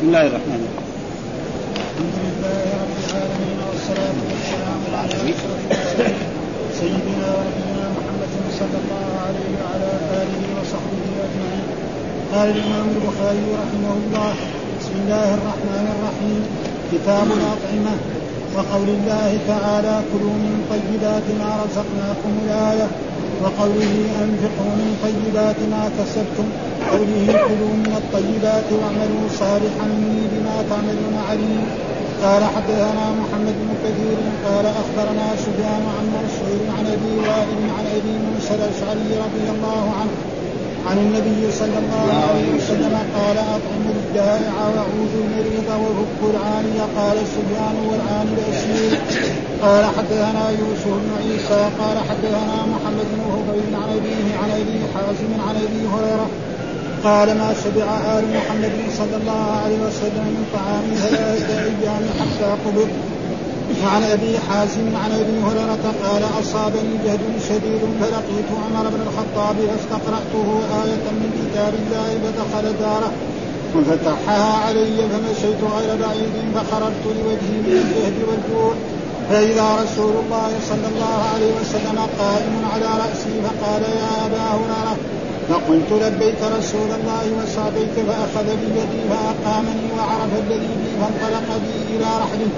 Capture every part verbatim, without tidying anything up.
بسم الله الرحمن الرحيم. الحمد لله رب العالمين والصلاة والسلام على سيدنا ونبينا محمد صلى الله عليه وعلى آله وصحبه أجمعين. قال الإمام البخاري رحمه الله: بسم الله الرحمن الرحيم. كتاب الأطعمة. وقول الله تعالى: كلوا من طيبات ما رزقناكم الآية. وقوله: أنفقوا من طيبات ما كسبتم. قوله: كلوا من الطيبات واعملوا صالحا إني بما تعملون عليم. قال حدثنا محمد بن كثير قال أخبرنا سفيان عن منصور عن أبي وائل عن أبي موسى الأشعري رضي الله عنه عن النبي صلى الله عليه وسلم قال: أطعموا الجائع وعودوا المريض وفكوا العاني. قال سفيان: والعاني الأسير. قال حدثنا يوسف بن عيسى قال حدثنا محمد بن هبيل عن أبيه عن أبي حازم عن أبي هريرة قال: ما شبع آل محمد صلى الله عليه وسلم من طعام ثلاثة أيام حتى قبض. وعن أبي حازم عن أبي هريرة قال: أصابني جهد شديد فلقيت عمر بن الخطاب فاستقرأته آية من كتاب الله فدخل داره وفتحها علي فمشيت غير بعيد فخرجت لوجهي من الجهد والجوع فإذا رسول الله صلى الله عليه وسلم قائم على رأسي فقال: يا أبا هريرة. فقلت: لبيك رسول الله وسعديك. فأخذ بيدي فأقامني وعرف الذي بي فانطلق بي إلى رحله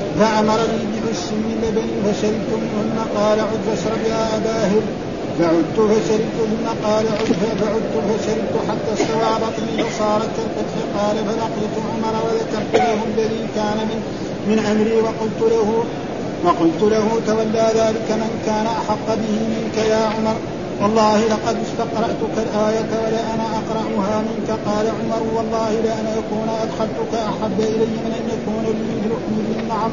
فأمرني ببش من لبن فشربت منهن. قال: عد فاشرب يا أبا هر. فعدت فشربت ثم قال: عد فعدت فشربت حتى استوى بطني فصارت كالقدح. قال: فلقيت عمر وذكرت له الذي كان من, من أمري وقلت له وقلت له تولى ذلك من كان أحق به منك يا عمر. والله لقد استقرأتك الآية ولا أنا أقرأها منك. قال عمر: والله لأن أكون أدخلتك أحب إلي من أن يكون لي مثل حمل النعم.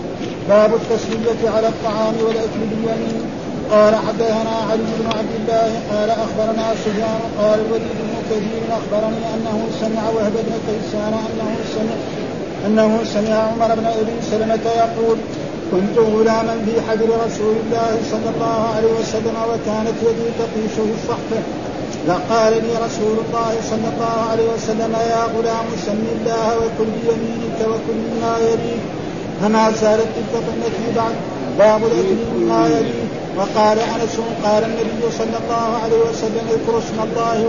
باب التسلية على الطعام والأكل باليمين. قال حدثنا علي بن عبد الله قال أخبرنا سفيان قال الوليد بن كثير أخبرني أنه سمع وهب بن كيسان أنه سمع أنه سمع عمر بن أبي سلمة يقول: كنت غلاما في حجر رسول الله صلى الله عليه وسلم وكانت يدي تطيش في الصحفة. فقال لي رسول الله صلى الله عليه وسلم: يا غلام سم الله وكل بيمينك وكل مما يليك. فما زالت تلك طنتي بعد. باب الأكل مما يليك. وقال أنس: قال النبي صلى الله عليه وسلم: اذكر اسم الله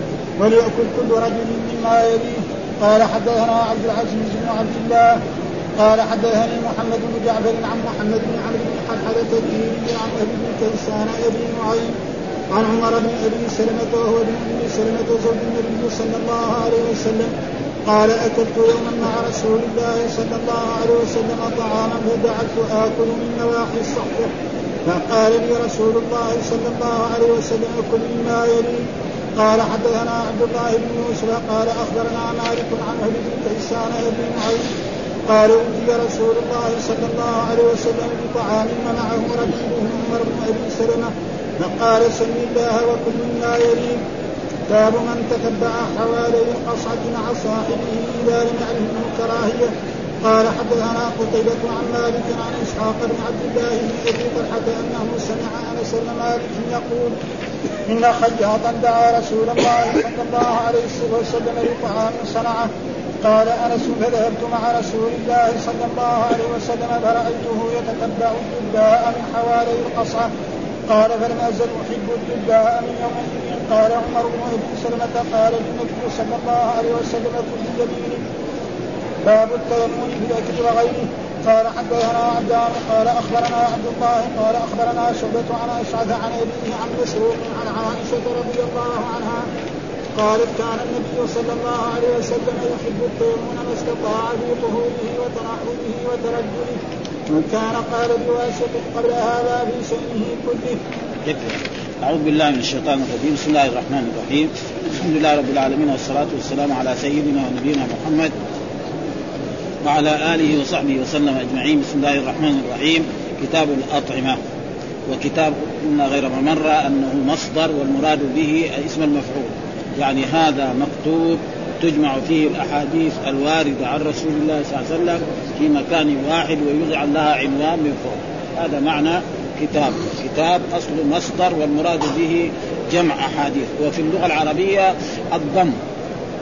وليأكل كل رجل مما يليه. قال حدثنا عبد العزيز بن عبد الله قال حدثني محمد بن جعفر عن محمد بن عمرو بن حلحلة الديني عن أبي بن كيسان أبي نعيم عن عمر بن أبي سلمة وهو بن أم سلمة زوج النبي صلى الله عليه وسلم قال: أكلت يوما مع رسول الله صلى الله عليه وسلم طعاما فجعلت آكل من نواحي الصحفة. فقال لي رسول الله صلى الله عليه وسلم: كل مما يلي. قال حدثنا عبد الله بن يوسف قال أخبرنا مالك عن أبي بن كيسان أبي نعيم قال: أوتي رسول الله صلى الله عليه وسلم بطعام ومعه ربيبه عمر بن أبي سلمة فقال: سم الله وكل مما يليك. باب من تتبع حوالي القصعة مع صاحبه إذا لم يعرفه كراهية. قال حدثنا قتيبة عن مالك عن إسحاق بن عبد الله بن أبي طلحة أنه سمع أنس بن مالك يقول: إن خياطا دعا رسول الله صلى الله عليه وسلم بطعام صنعه. قال أنس: فذهبت مع رسول الله صلى الله عليه وسلم فرأيته يتتبع الدباء من حوالي القصعة. قال: فلم أزل أحب الدباء من يومئذ. قال عمر بن أبي سلمة: قال للنبي صلى الله عليه وسلم: كل يمين. باب التيمم بالأكل وغيره. قال حدثنا عبدان قال أخبرنا عبد الله قال أخبرنا شعبة عن أشعث عن أبيه عن مسروق عن عائشة رضي الله عنها قالت: كان النبي صلى الله عليه وسلم يحب التيمم ما استطاع في طهوره وتنعله وترجله وكان قال بواسط قبل هذا في شأنه كله. أعوذ بالله من الشيطان الرجيم. بسم الله الرحمن الرحيم. الحمد لله رب العالمين والصلاة والسلام على سيدنا ونبينا محمد وعلى آله وصحبه وسلم أجمعين. بسم الله الرحمن الرحيم. كتاب الأطعمة. وكتاب إن غير ما مر أنه مصدر والمراد به اسم المفعول، يعني هذا مكتوب تجمع فيه الأحاديث الواردة عن رسول الله صلى الله عليه وسلم في مكان واحد ويجعل لها عنوان من فوق. هذا معنى كتاب. كتاب أصل مصدر والمراد به جمع أحاديث. وفي اللغة العربية الضم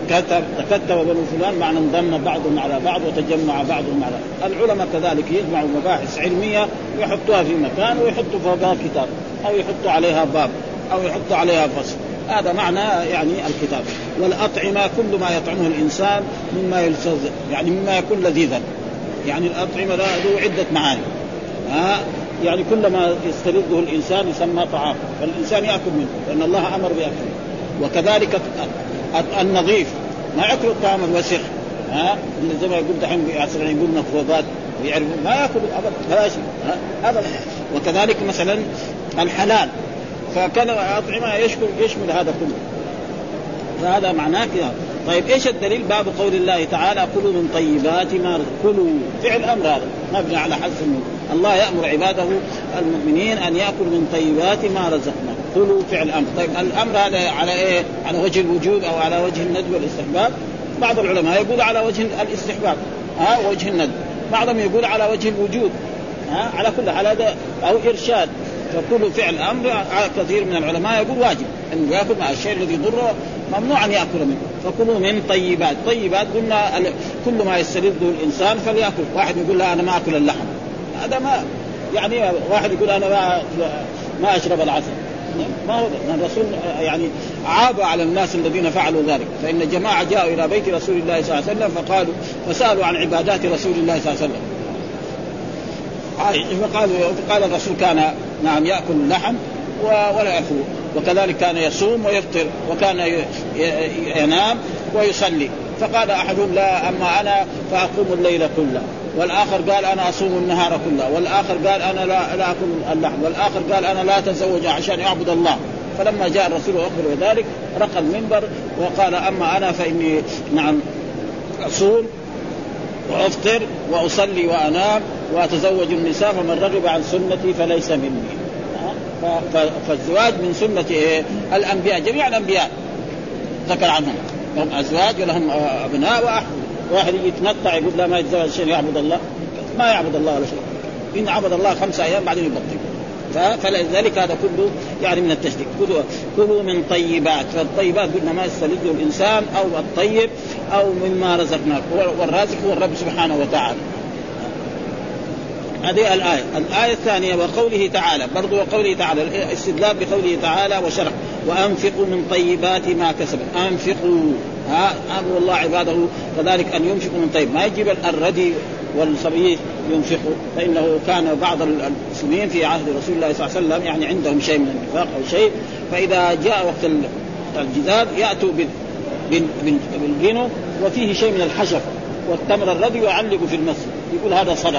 كتب تكتب بنو فلان معنى انضم بعضهم على بعض وتجمع بعضهم على بعض. العلماء كذلك يجمعوا مباحث علمية يحطوها في مكان ويحطوا فوقها كتاب أو يحطوا عليها باب أو يحطوا عليها فصل. هذا معنى يعني الكتاب. والأطعمة كل ما يطعمه الإنسان مما يلتز يعني مما يكون لذيذا. يعني الأطعمة له عدة معاني ها يعني كل ما يستلذه الإنسان يسمى طعام فالإنسان يأكل منه لأن الله أمر بأكله. وكذلك النظيف ما يأكل الطعام الوسخ ها زي ما يقول دحين يقول مفروضات ويعرفوا ما يأكل أبدا بلاش هذا. وكذلك مثلا الحلال فكان أطعمة يشمل يشمل هذا كله فهذا معناه كده. طيب إيش الدليل؟ باب قول الله تعالى كلوا من طيبات ما كلوا فعل أمر هذا مبني على حذف النون. الله يأمر عباده المؤمنين أن يأكلوا من طيبات ما رزقنا كلوا فعل أمر. طيب الأمر هذا على إيه؟ على وجه الوجوب أو على وجه الندب والاستحباب؟ بعض العلماء يقول على وجه الاستحباب ها وجه الندب بعضهم يقول على وجه الوجوب ها على كل حال هذا أو إرشاد. فكل فعل أمر كثير من العلماء يقول واجب أن يأكل مع الشيء الذي يضره ممنوع أن يأكل منه. فكلوا من طيبات طيبات قلنا كل ما يستلذه الإنسان فليأكل. واحد يقول لا أنا ما أكل اللحم هذا ما يعني واحد يقول أنا ما ما أشرب العسل ما هو الرسول يعني عاب على الناس الذين فعلوا ذلك. فإن جماعة جاءوا إلى بيت رسول الله صلى الله عليه وسلم فقالوا فسألوا عن عبادات رسول الله صلى الله عليه وسلم فقالوا قال الرسول كان نعم يأكل اللحم ولا يأكل وكذلك كان يصوم ويفطر وكان ينام ويصلي. فقال أحدهم لا أما أنا فأقوم الليل كله والآخر قال أنا أصوم النهار كله والآخر قال أنا لا, لا أكل اللحم والآخر قال أنا لا أتزوج عشان يعبد الله. فلما جاء الرسول وأخبر بذلك رقى المنبر وقال أما أنا فإني نعم أصوم وأفطر وأصلي وأنام وأتزوج النساء فمن رغب عن سنتي فليس مني. فالزواج من سنة الأنبياء جميع الأنبياء ذكر عنهم لهم أزواج ولهم أبناء وأحفاد. واحد يتمتع يقول لا ما يتزوج شيء يعبد الله ما يعبد الله ولا شيء إن عبد الله خمسة أيام بعدين يبطل. فلذلك هذا كله يعني من التشديد. كلوا كلوا من طيبات فالطيبات قلنا ما يستلذه الإنسان أو الطيب أو مما رزقناه والرازق هو الرب سبحانه وتعالى. هذه الآية. الآية الثانية وقوله تعالى برضو وقوله تعالى استدلال بقوله تعالى وشرع وأنفقوا من طيبات ما كسب أنفقوا ها أمر الله عباده كذلك أن ينفقوا من طيب ما يجيب الردي والصبي ينفقوا. فإنه كان بعض المسلمين في عهد رسول الله صلى الله عليه وسلم يعني عندهم شيء من النفاق أو شيء فإذا جاء وقت الجزاد يأتوا بالجنو وفيه شيء من الحشف والتمر الردي ويعلق في المسجد يقول هذا صدقة.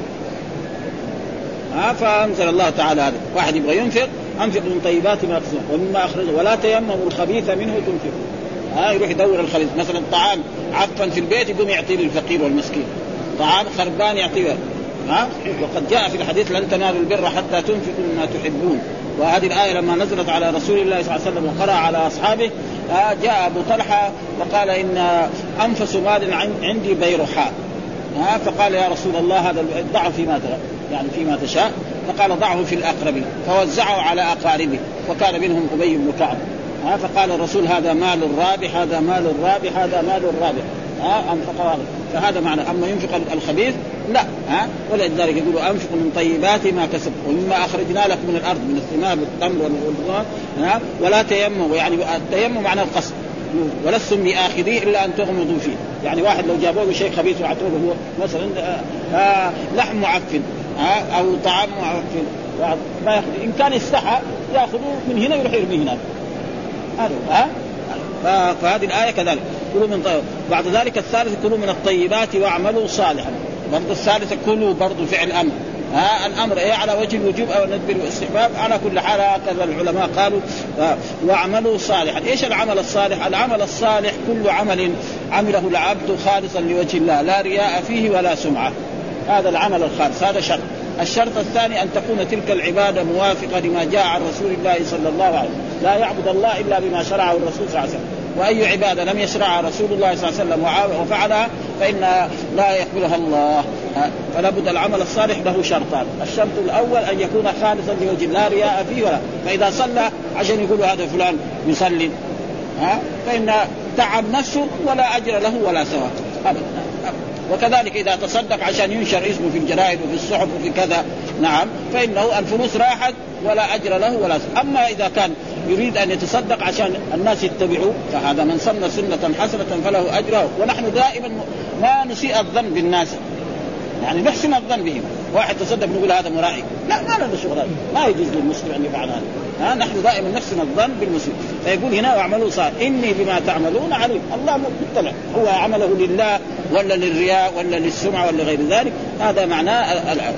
ها فأنزل الله تعالى هذا واحد يبغى ينفق أنفق من طيبات ما كسب ومما أخرج ولا تيمموا الخبيث منه تنفقوا. ها يروح يدور الخبيث مثلا طعام عفن في البيت يقوم يعطيه للفقير والمسكين طعام خربان يعطيه. ها وقد جاء في الحديث لن تنالوا البر حتى تنفقوا مما تحبون. وهذه الآية لما نزلت على رسول الله صلى الله عليه وسلم وقرأ على أصحابه جاء أبو طلحة وقال إن أنفس مال عندي بيرحاء. ها فقال يا رسول الله هذا ضعه فيما يعني فيما تشاء. فقال ضعه في الأقربين فوزعه على أقاربه وكان منهم أبي بن كعب. ها فقال الرسول هذا مال الرابح هذا مال الرابح هذا مال الرابح. ها أنفق هذا فهذا معنى. أما ينفق الخبيث لا. ها ولذلك يقولوا أنفقوا من طيبات ما كسب ومما أخرجنا لكم من الأرض من الثمار والتمر والخضار. ها ولا تيمموا يعني التيمم معنى القصد ولستم بآخذيه إلا أن تغمضوا فيه. يعني واحد لو جابوا له شيء خبيث وعطوه هو مثلا آه لحم معفن آه أو طعام معفن ما يأخذ إن كان استحى يأخذوه من هنا ويروح يرميه هناك. هذا آه فهذه الآية كذلك كلوا من طيب. بعد ذلك الثالث كلوا من الطيبات واعملوا صالحا. برضو الثالث كلوا برضو فعل أمر. ها الأمر إيه على وجه الوجوب أو الندب والاستحباب على كل حال. هكذا العلماء قالوا واعملوا صالحا. إيش العمل الصالح؟ العمل الصالح كل عمل عمله العبد خالصا لوجه الله لا رياء فيه ولا سمعة. هذا العمل الخالص هذا شرط. الشرط الثاني أن تكون تلك العبادة موافقة لما جاء عن رسول الله صلى الله عليه وسلم. لا يعبد الله إلا بما شرعه الرسول صلى الله عليه وسلم. وأي عبادة لم يشرعها رسول الله صلى الله عليه وسلم وفعلها فإن لا يقبلها الله. فلا بد العمل الصالح له شرطان. الشرط الأول أن يكون خالصا لوجه لا رياء فيه ولا. فإذا صلى عشان يقولوا هذا فلان يصلي ها فإن تعب نفسه ولا أجر له ولا ثواب أبدا. وكذلك إذا تصدق عشان ينشر اسمه في الجرائد وفي الصحف وفي كذا نعم فإنه الفلوس راحت ولا أجر له ولا ثواب. أما إذا كان يريد أن يتصدق عشان الناس يتبعوه فهذا من سن سنة حسنة فله أجره. ونحن دائما ما نسيء الظن بالناس يعني نحسن الظن بهم. واحد تصدق نقول هذا مرائي لا ما لنا شغل ما يجوز للمسلم أن يفعل هذا. ها نحن دائما نحسن الظن بالمسلم. فيقول هنا واعملوا صالحا إني بما تعملون عليم. الله مطلع هو عمله لله ولا للرياء ولا للسمعة ولا غير ذلك هذا معناه العمل.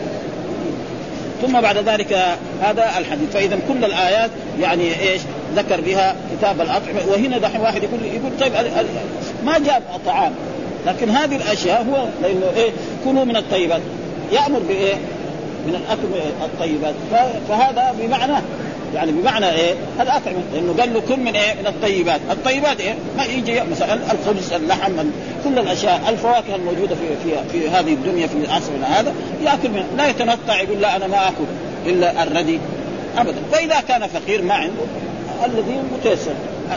ثم بعد ذلك هذا الحديث. فإذا كل الآيات يعني إيش ذكر بها كتاب الأطعمة. وهنا دحين واحد يقول يقول طيب ما جاب طعام لكن هذه الأشياء هو لأنه إيه كلوا من الطيبات يأمر بإيه من الأكل الطيبات. فهذا بمعنى يعني بمعنى إيه الأطعمة لأنه قال له كل من إيه من الطيبات. الطيبات إيه ما يجي مثلا الخبز اللحم كل الأشياء الفواكه الموجودة في في في هذه الدنيا في عصرنا هذا يأكل منها. لا يتنطع يقول لا أنا ما أكل إلا الردي أبدا. فإذا كان فقير ما عنده الذي متيسر.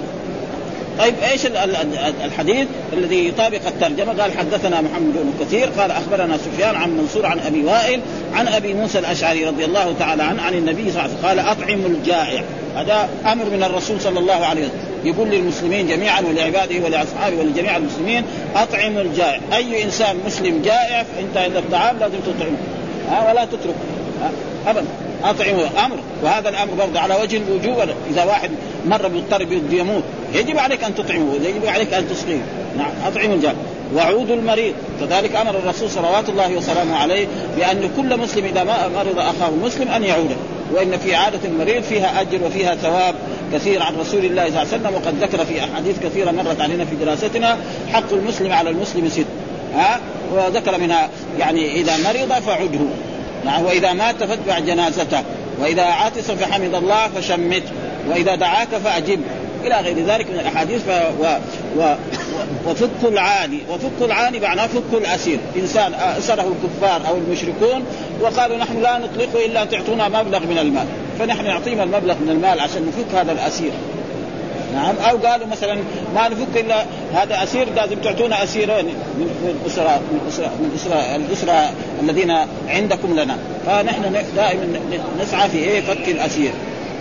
طيب ايش الحديث الذي يطابق الترجمه؟ قال حدثنا محمد بن كثير قال اخبرنا سفيان عن منصور عن ابي وائل عن ابي موسى الاشعري رضي الله تعالى عنه عن النبي صلى الله عليه وسلم قال اطعموا الجائع. هذا امر من الرسول صلى الله عليه وسلم يقول للمسلمين جميعا ولعباده ولاصحابه ولجميع المسلمين اطعموا الجائع. اي انسان مسلم جائع فانت عندك طعام لازم تطعمه ها ولا تترك ابدا. أطعمه أمر. وهذا الأمر برضه على وجه الوجوب. إذا واحد مر بالطرب بده يموت يجب عليك أن تطعمه يجب عليك أن تسقيه. نعم أطعمه الجائع. وعود المريض كذلك أمر الرسول صلوات الله وسلامه عليه بأن كل مسلم إذا ما مرض أخاه المسلم أن يعوده. وإن في عادة المريض فيها أجر وفيها ثواب كثير عن رسول الله صلى الله عليه وسلم. وقد ذكر في أحاديث كثيرة مرت علينا في دراستنا حق المسلم على المسلم ست ها وذكر منها يعني إذا مرض فعده نعم وإذا مات فاتبع جنازته وإذا عاطس فحمد الله فشمت وإذا دعاك فأجب إلى غير ذلك من الأحاديث. ف... و... و... وفك العاني وفك العاني معناه فك الأسير. إنسان أسره الكفار أو المشركون وقالوا نحن لا نطلقه إلا أن تعطونا مبلغ من المال فنحن نعطيهم المبلغ من المال عشان نفك هذا الأسير. نعم أو قالوا مثلا ما نفك إلا هذا أسير لازم تعطونا أسيرين من الأسرة من الأسرة من الأسرة, الأسرة الذين عندكم لنا. فنحن دائما نسعى في إيه فك الأسير.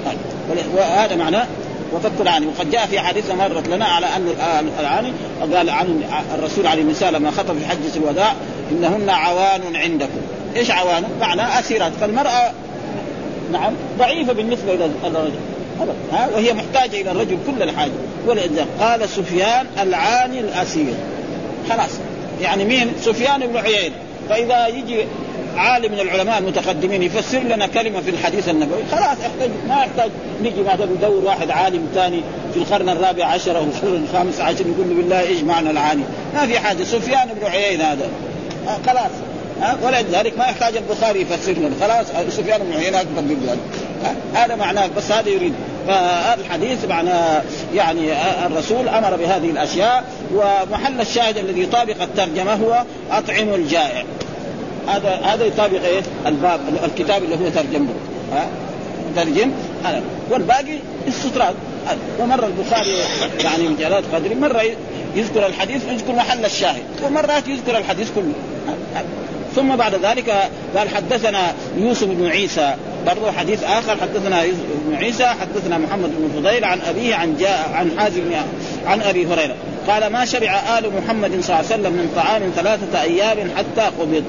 وهذا معناه وفك العاني. وقد جاء في حديث مرت لنا على أن العاني قال عن الرسول على النساء لما خطب في حجة الوداع إنهن عوان عندكم. إيش عوان؟ معناه أسيرات. فالمرأة نعم ضعيفة بالنسبة إلى الرجل ها وهي محتاجة إلى الرجل كل الحاجة. ولذلك قال سفيان العاني الأسير. خلاص يعني مين؟ سفيان بن عيينة. فإذا يجي عالم من العلماء المتقدمين يفسر لنا كلمة في الحديث النبوي خلاص احتاج ما يحتاج نيجي بعد ندور واحد عالم ثاني في القرن الرابع عشر أو القرن الخامس عشر يقول له بالله إيش معنى العاني. ما في حاجة. سفيان بن عيينة هذا آه خلاص آه ولذلك ما يحتاج البخاري يفسر لنا خلاص سفيان بن عيينة أكبر من ذلك. هذا معناه بس هذا يريد. فالحديث معناه يعني الرسول أمر بهذه الأشياء. ومحل الشاهد الذي يطابق الترجمة هو أطعم الجائع. هذا هذا يطابق إيه الباب الكتاب اللي هو ترجمه ها ترجم هذا. والباقي السترات. ومرة البخاري يعني من جلالة قدره مرة يذكر الحديث ويذكر محل الشاهد ومرات يذكر الحديث كله. ثم بعد ذلك قال حدثنا يوسف بن عيسى برضو حديث آخر حدثنا يوسف بن عيسى حدثنا محمد بن فضيل عن أبيه عن جاء عن حازم عن أبي هريرة قال ما شبع آل محمد صلى الله عليه وسلم من طعام ثلاثة أيام حتى قبض.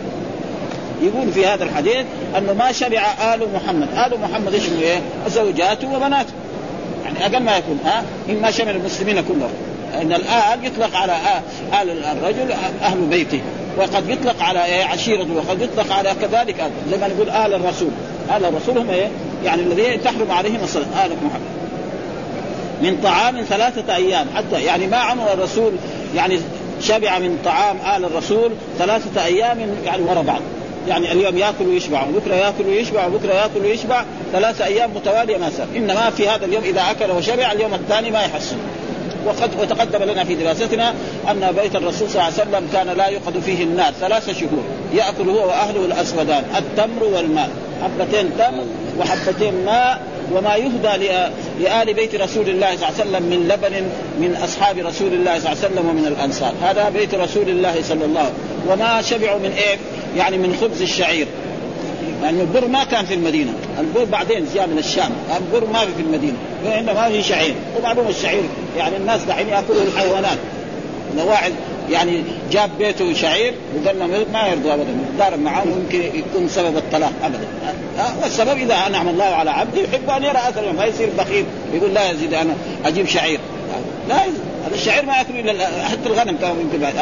يقول في هذا الحديث أنه ما شبع آل محمد. آل محمد إيش هو إيه؟ زوجاته وبناته يعني أقل ما يكون ها إما شمل المسلمين كلهم. إن الآل يطلق على آل الرجل أهل بيته وقد يطلق على عشيرته وقد يطلق على كذلك زي ما نقول آل الرسول. آل الرسول هم إيه يعني الذي تحرم عليهم الصلاة. آل محمد من طعام ثلاثة أيام حتى يعني ما عمر الرسول يعني شبع من طعام آل الرسول ثلاثة أيام يعني ورا بعض. يعني اليوم يأكل ويشبع وبكرة يأكل ويشبع وبكرة يأكل ويشبع ثلاثة أيام متوالية ما صار. إنما في هذا اليوم إذا أكل وشبع اليوم الثاني ما يحسن. وقد وتقدم لنا في دراستنا أن بيت الرسول صلى الله عليه وسلم كان لا يوقد فيه النار ثلاثة شهور يأكل هو وأهله الأسودان التمر والماء حبتين تمر وحبتين ماء وما يهدى لآل بيت رسول الله صلى الله عليه وسلم من لبن من أصحاب رسول الله صلى الله عليه وسلم ومن الأنصار. هذا بيت رسول الله صلى الله عليه وسلم. وما شبعوا من إيه يعني من خبز الشعير، يعني البر ما كان في المدينة، البر بعدين جاء من الشام، البر ما في المدينة لأنه ما في شعير. ومعلوم الشعير يعني الناس دحين يأكلوا الحيوانات. لو واحد يعني جاب بيته شعير وقال لهم ما يرضوا أبدا يتضارب معه ويمكن يكون سبب الطلاق أبدا. والسبب إذا أنعم الله على عبده يحب أن يرى أثره، ما يصير بخيل يقول لا يزيد أنا أجيب شعير، لا هذا الشعير ما يأكل إلا حتى الغنم كانوا يمكن بعد،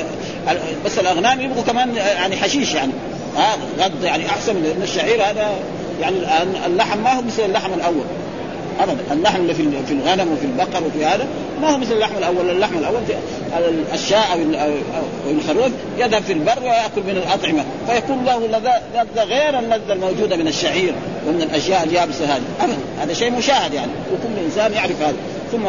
بس الأغنام يبقوا كمان يعني حشيش يعني ها غض يعني أحسن من الشعير. هذا يعني اللحم ما هو مثل اللحم الأول أبدا، اللحم اللي في الغنم وفي البقر وفي هذا ما هو مثل اللحم الأول. اللحم الأول الشاء أو الخروف يذهب في البر ويأكل من الأطعمة فيكون له لذة غير اللذة الموجودة من الشعير ومن الأشياء اليابسة هذه أبدا. هذا شيء مشاهد يعني وكل إنسان يعرف هذا. ثم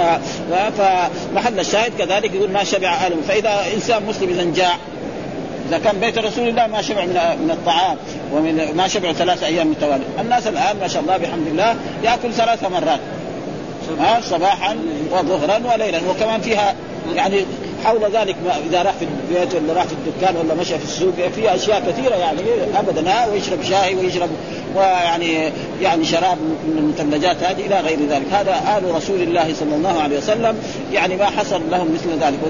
فمحل الشاهد كذلك يقول ما شبع آلهم. فإذا إنسان مسلم إذا جاع، إذا كان بيت رسول الله ما شبع من من الطعام ومن ما شبع ثلاثة أيام متوالية. الناس الآن ما شاء الله بحمد الله يأكل ثلاث مرات ها صباحا وظهرا وليلا. وكمان فيها يعني حول ذلك إذا راح في البيت ولا راح في الدكان ولا مشى في السوق فيها أشياء كثيرة يعني أبدا ها ويشرب شاي ويشرب ويعني يعني شراب من المثلجات هذه إلى غير ذلك. هذا آل رسول الله صلى الله عليه وسلم يعني ما حصل لهم مثل ذلك.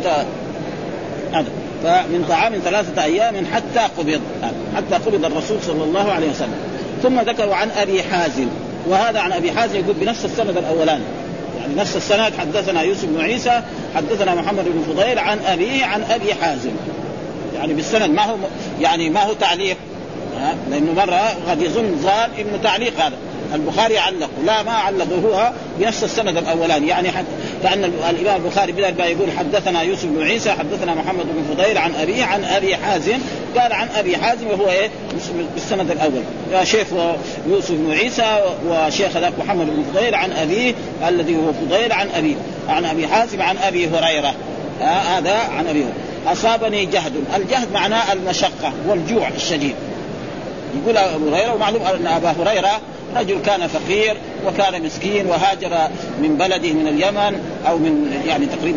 هذا فمن طعام ثلاثة أيام حتى قبض حتى قبض الرسول صلى الله عليه وسلم. ثم ذكروا عن أبي حازم، وهذا عن أبي حازم يقول بنفس السند الأولاني يعني نفس السند. حدثنا يوسف بن عيسى حدثنا محمد بن فضيل عن أبيه عن أبي حازم يعني بالسند ما هو يعني ما هو تعليق، لأنه مرة قد يظن ظان إنه تعليق هذا البخاري علق، لا ما علقه هو بنفس السند الأولاني يعني حتى كأن الإمام البخاري بدأ يقول حدثنا يوسف بن عيسى حدثنا محمد بن فضيل عن أبيه عن أبي حازم، قال عن أبي حازم وهو إيه بالسند الأول يا شيخ يوسف بن عيسى وشيخ ذاك محمد بن فضيل عن أبيه الذي هو فضيل عن أبيه عن أبي حازم عن أبي هريرة. هذا عن أبيه أصابني جهد. الجهد معناه المشقة والجوع الشديد. يقول أبو هريرة ومعلوم أن أبا هريرة رجل كان فقير وكان مسكين وهاجر من بلده من اليمن أو من يعني تقريبا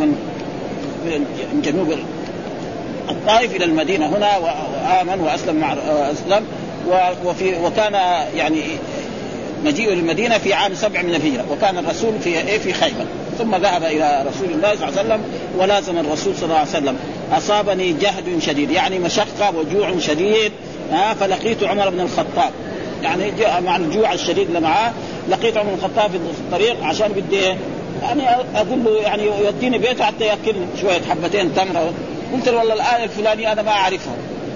من جنوب الطائف إلى المدينة هنا وآمن وأسلم مع أسلم وفي وكان يعني مجيء للمدينة في عام سبع من الهجرة، وكان الرسول في في خيبر ثم ذهب إلى رسول الله صلى الله عليه وسلم ولازم الرسول صلى الله عليه وسلم. أصابني جهد شديد يعني مشقة وجوع شديد فلقيت عمر بن الخطاب يعني مع الجوع الشديد اللي معاه لقيت عمر بن الخطاب في الطريق عشان بدي يعني أقول له يعني يوديني بيته حتى يأكل شوية حبتين تمرة. قلت له والله الآية الفلانية أنا ما أعرفها،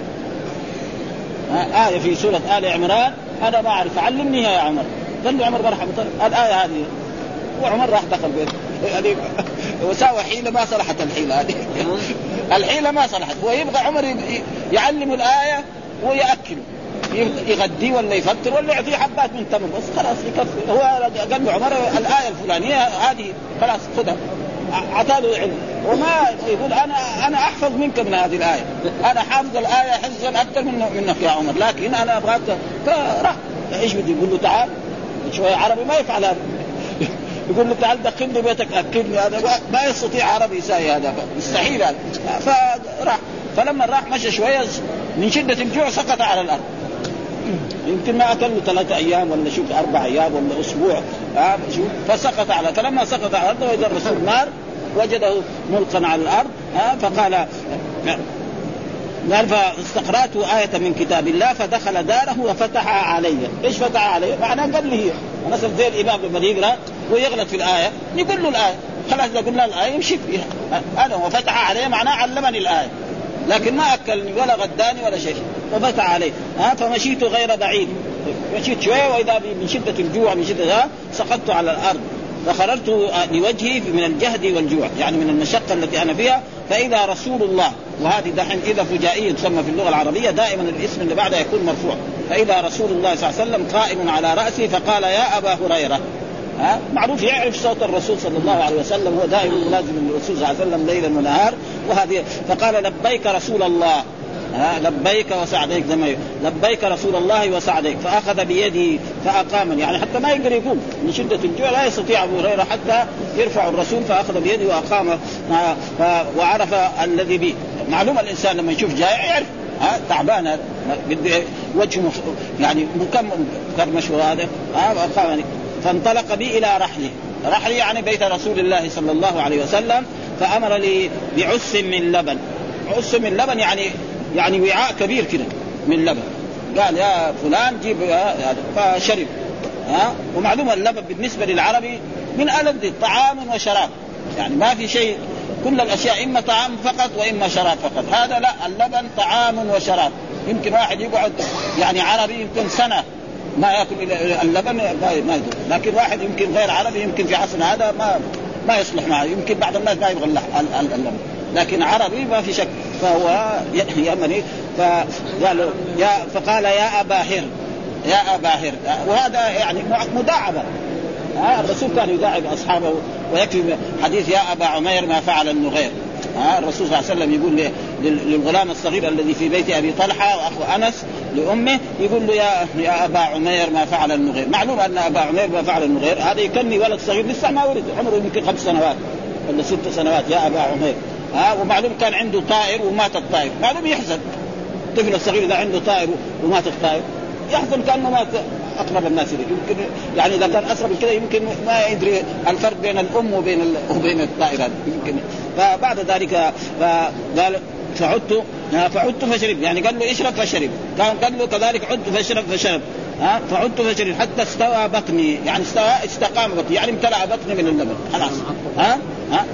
آية في سورة آل عمران أنا ما أعرف علمنيها يا عمر. قال له عمر مرحبا الآية هذه، وعمر راح دخل بيته يعني وساوى حيلة ما صلحت الحيلة هذه الحيلة ما صلحت. ويبغى عمر يعلم الآية ويأكله يغدي ولا يفطر ولا يعطيه حبات من تمر بس خلاص يكفي. هو قال له عمر الآية الفلانية هذه خلاص خذها عطاله علم. وما يقول أنا أنا أحفظ منك من هذه الآية، أنا حافظ الآية حفظا أكثر من منك يا عمر، لكن أنا أبغاك. فراح إيش بدي يقول له تعال شوية عربي ما يفعل هذا يقول له تعال دخلني بيتك أكلني، هذا ما يستطيع عربي يساوي هذا مستحيل هذا. فراح فلما راح مشى شوية من شدة الجوع سقط على الأرض، يمكن ما أكل ثلاثة أيام ولا شوف أربع أيام ولا أسبوع آه فسقط على. فلما سقط على الأرض وإذا الرسول نار وجده ملقا على الأرض آه فقال قال فاستقرأت آية من كتاب الله فدخل داره وفتح علي. إيش فتح علي؟ معناه قال لي هي مثلا زي الإمام لما يقرأ ويغلط في الآية نقول له الآية خلاص إذا قلنا الآية يمشي فيها. أنا وفتح علي معناه علمني الآية لكن ما أكلني ولا غداني ولا شيء وفتح عليه ها. فمشيت غير بعيد، مشيت شوية وإذا من شدة الجوع من شدة سقطت على الأرض فخرجت لوجهي من الجهد والجوع يعني من المشقة التي أنا فيها. فإذا رسول الله، وهذه دحين إذا فجائية تسمى في اللغة العربية دائما الاسم اللي بعدها يكون مرفوع. فإذا رسول الله صلى الله عليه وسلم قائم على رأسي فقال يا أبا هريرة. ها معروف يعرف صوت الرسول صلى الله عليه وسلم، هو دائما لازم الرسول صلى الله عليه وسلم ليلا ونهار. وهذه فقال لبيك رسول الله ها لبيك وسعديك زي ما لبيك رسول الله وسعديك، فأخذ بيدي فأقامني، يعني حتى ما يقدر يقوم من شدة الجوع، لا يستطيع أبو هريرة حتى يرفع الرسول، فأخذ بيدي وأقام وعرف الذي بي. معلوم الإنسان لما يشوف جائع يعرف ها تعبان وجهه يعني مكرمش وهذا ها أقامني، فانطلق بي إلى رحلي، رحلي يعني بيت رسول الله صلى الله عليه وسلم، فأمر لي بعس من لبن، عس من لبن يعني يعني وعاء كبير كده من لبن، قال يا فلان جيب هذا، فشرب ها. ومعلوم اللبن بالنسبة للعربي من ألذ طعام وشراب، يعني ما في شيء، كل الأشياء إما طعام فقط وإما شراب فقط، هذا لا، اللبن طعام وشراب. يمكن واحد يقعد يعني عربي يمكن سنة ما يأكل اللبن ما يدور، لكن واحد يمكن غير عربي يمكن في عصرنا هذا ما ما يصلح معه، يمكن بعض الناس ما يبغى اللبن، لكن عربي ما في شك فهو يمني. فقال يا فقال يا أبا هر، يا أبا هر، وهذا يعني مداعبة. الرسول كان يداعب أصحابه، ويكفي حديث يا أبا عمير ما فعل النغير. الرسول صلى الله عليه وسلم يقول للغلام الصغير الذي في بيت أبي طلحة وأخو أنس لأمه، يقول له يا يا أبا عمير ما فعل النغير. معلوم أن أبا عمير ما فعل النغير هذا يكني ولد صغير لسه ما ولد، عمره يمكن خمس سنوات ولا ست سنوات، يا أبا عمير. ها ومعلوم كان عنده طائر ومات الطائر، معلوم يحزن الطفل الصغير إذا عنده طائر ومات الطائر، يحزن كأنه مات أقرب الناس إليه. يمكن يعني إذا كان أصغر من كده يمكن ما يدري الفرق بين الأم وبين وبين الطائرات يمكن. فبعد ذلك قال فعدت فعدت فشرب، يعني قال له اشرب فشرب، كان قال له كذلك عدت فشرب فشرب ها فعدت فشرب حتى استوى بطني، يعني استوى استقام بطني، يعني امتلأ بطني من اللبن خلاص. ها ها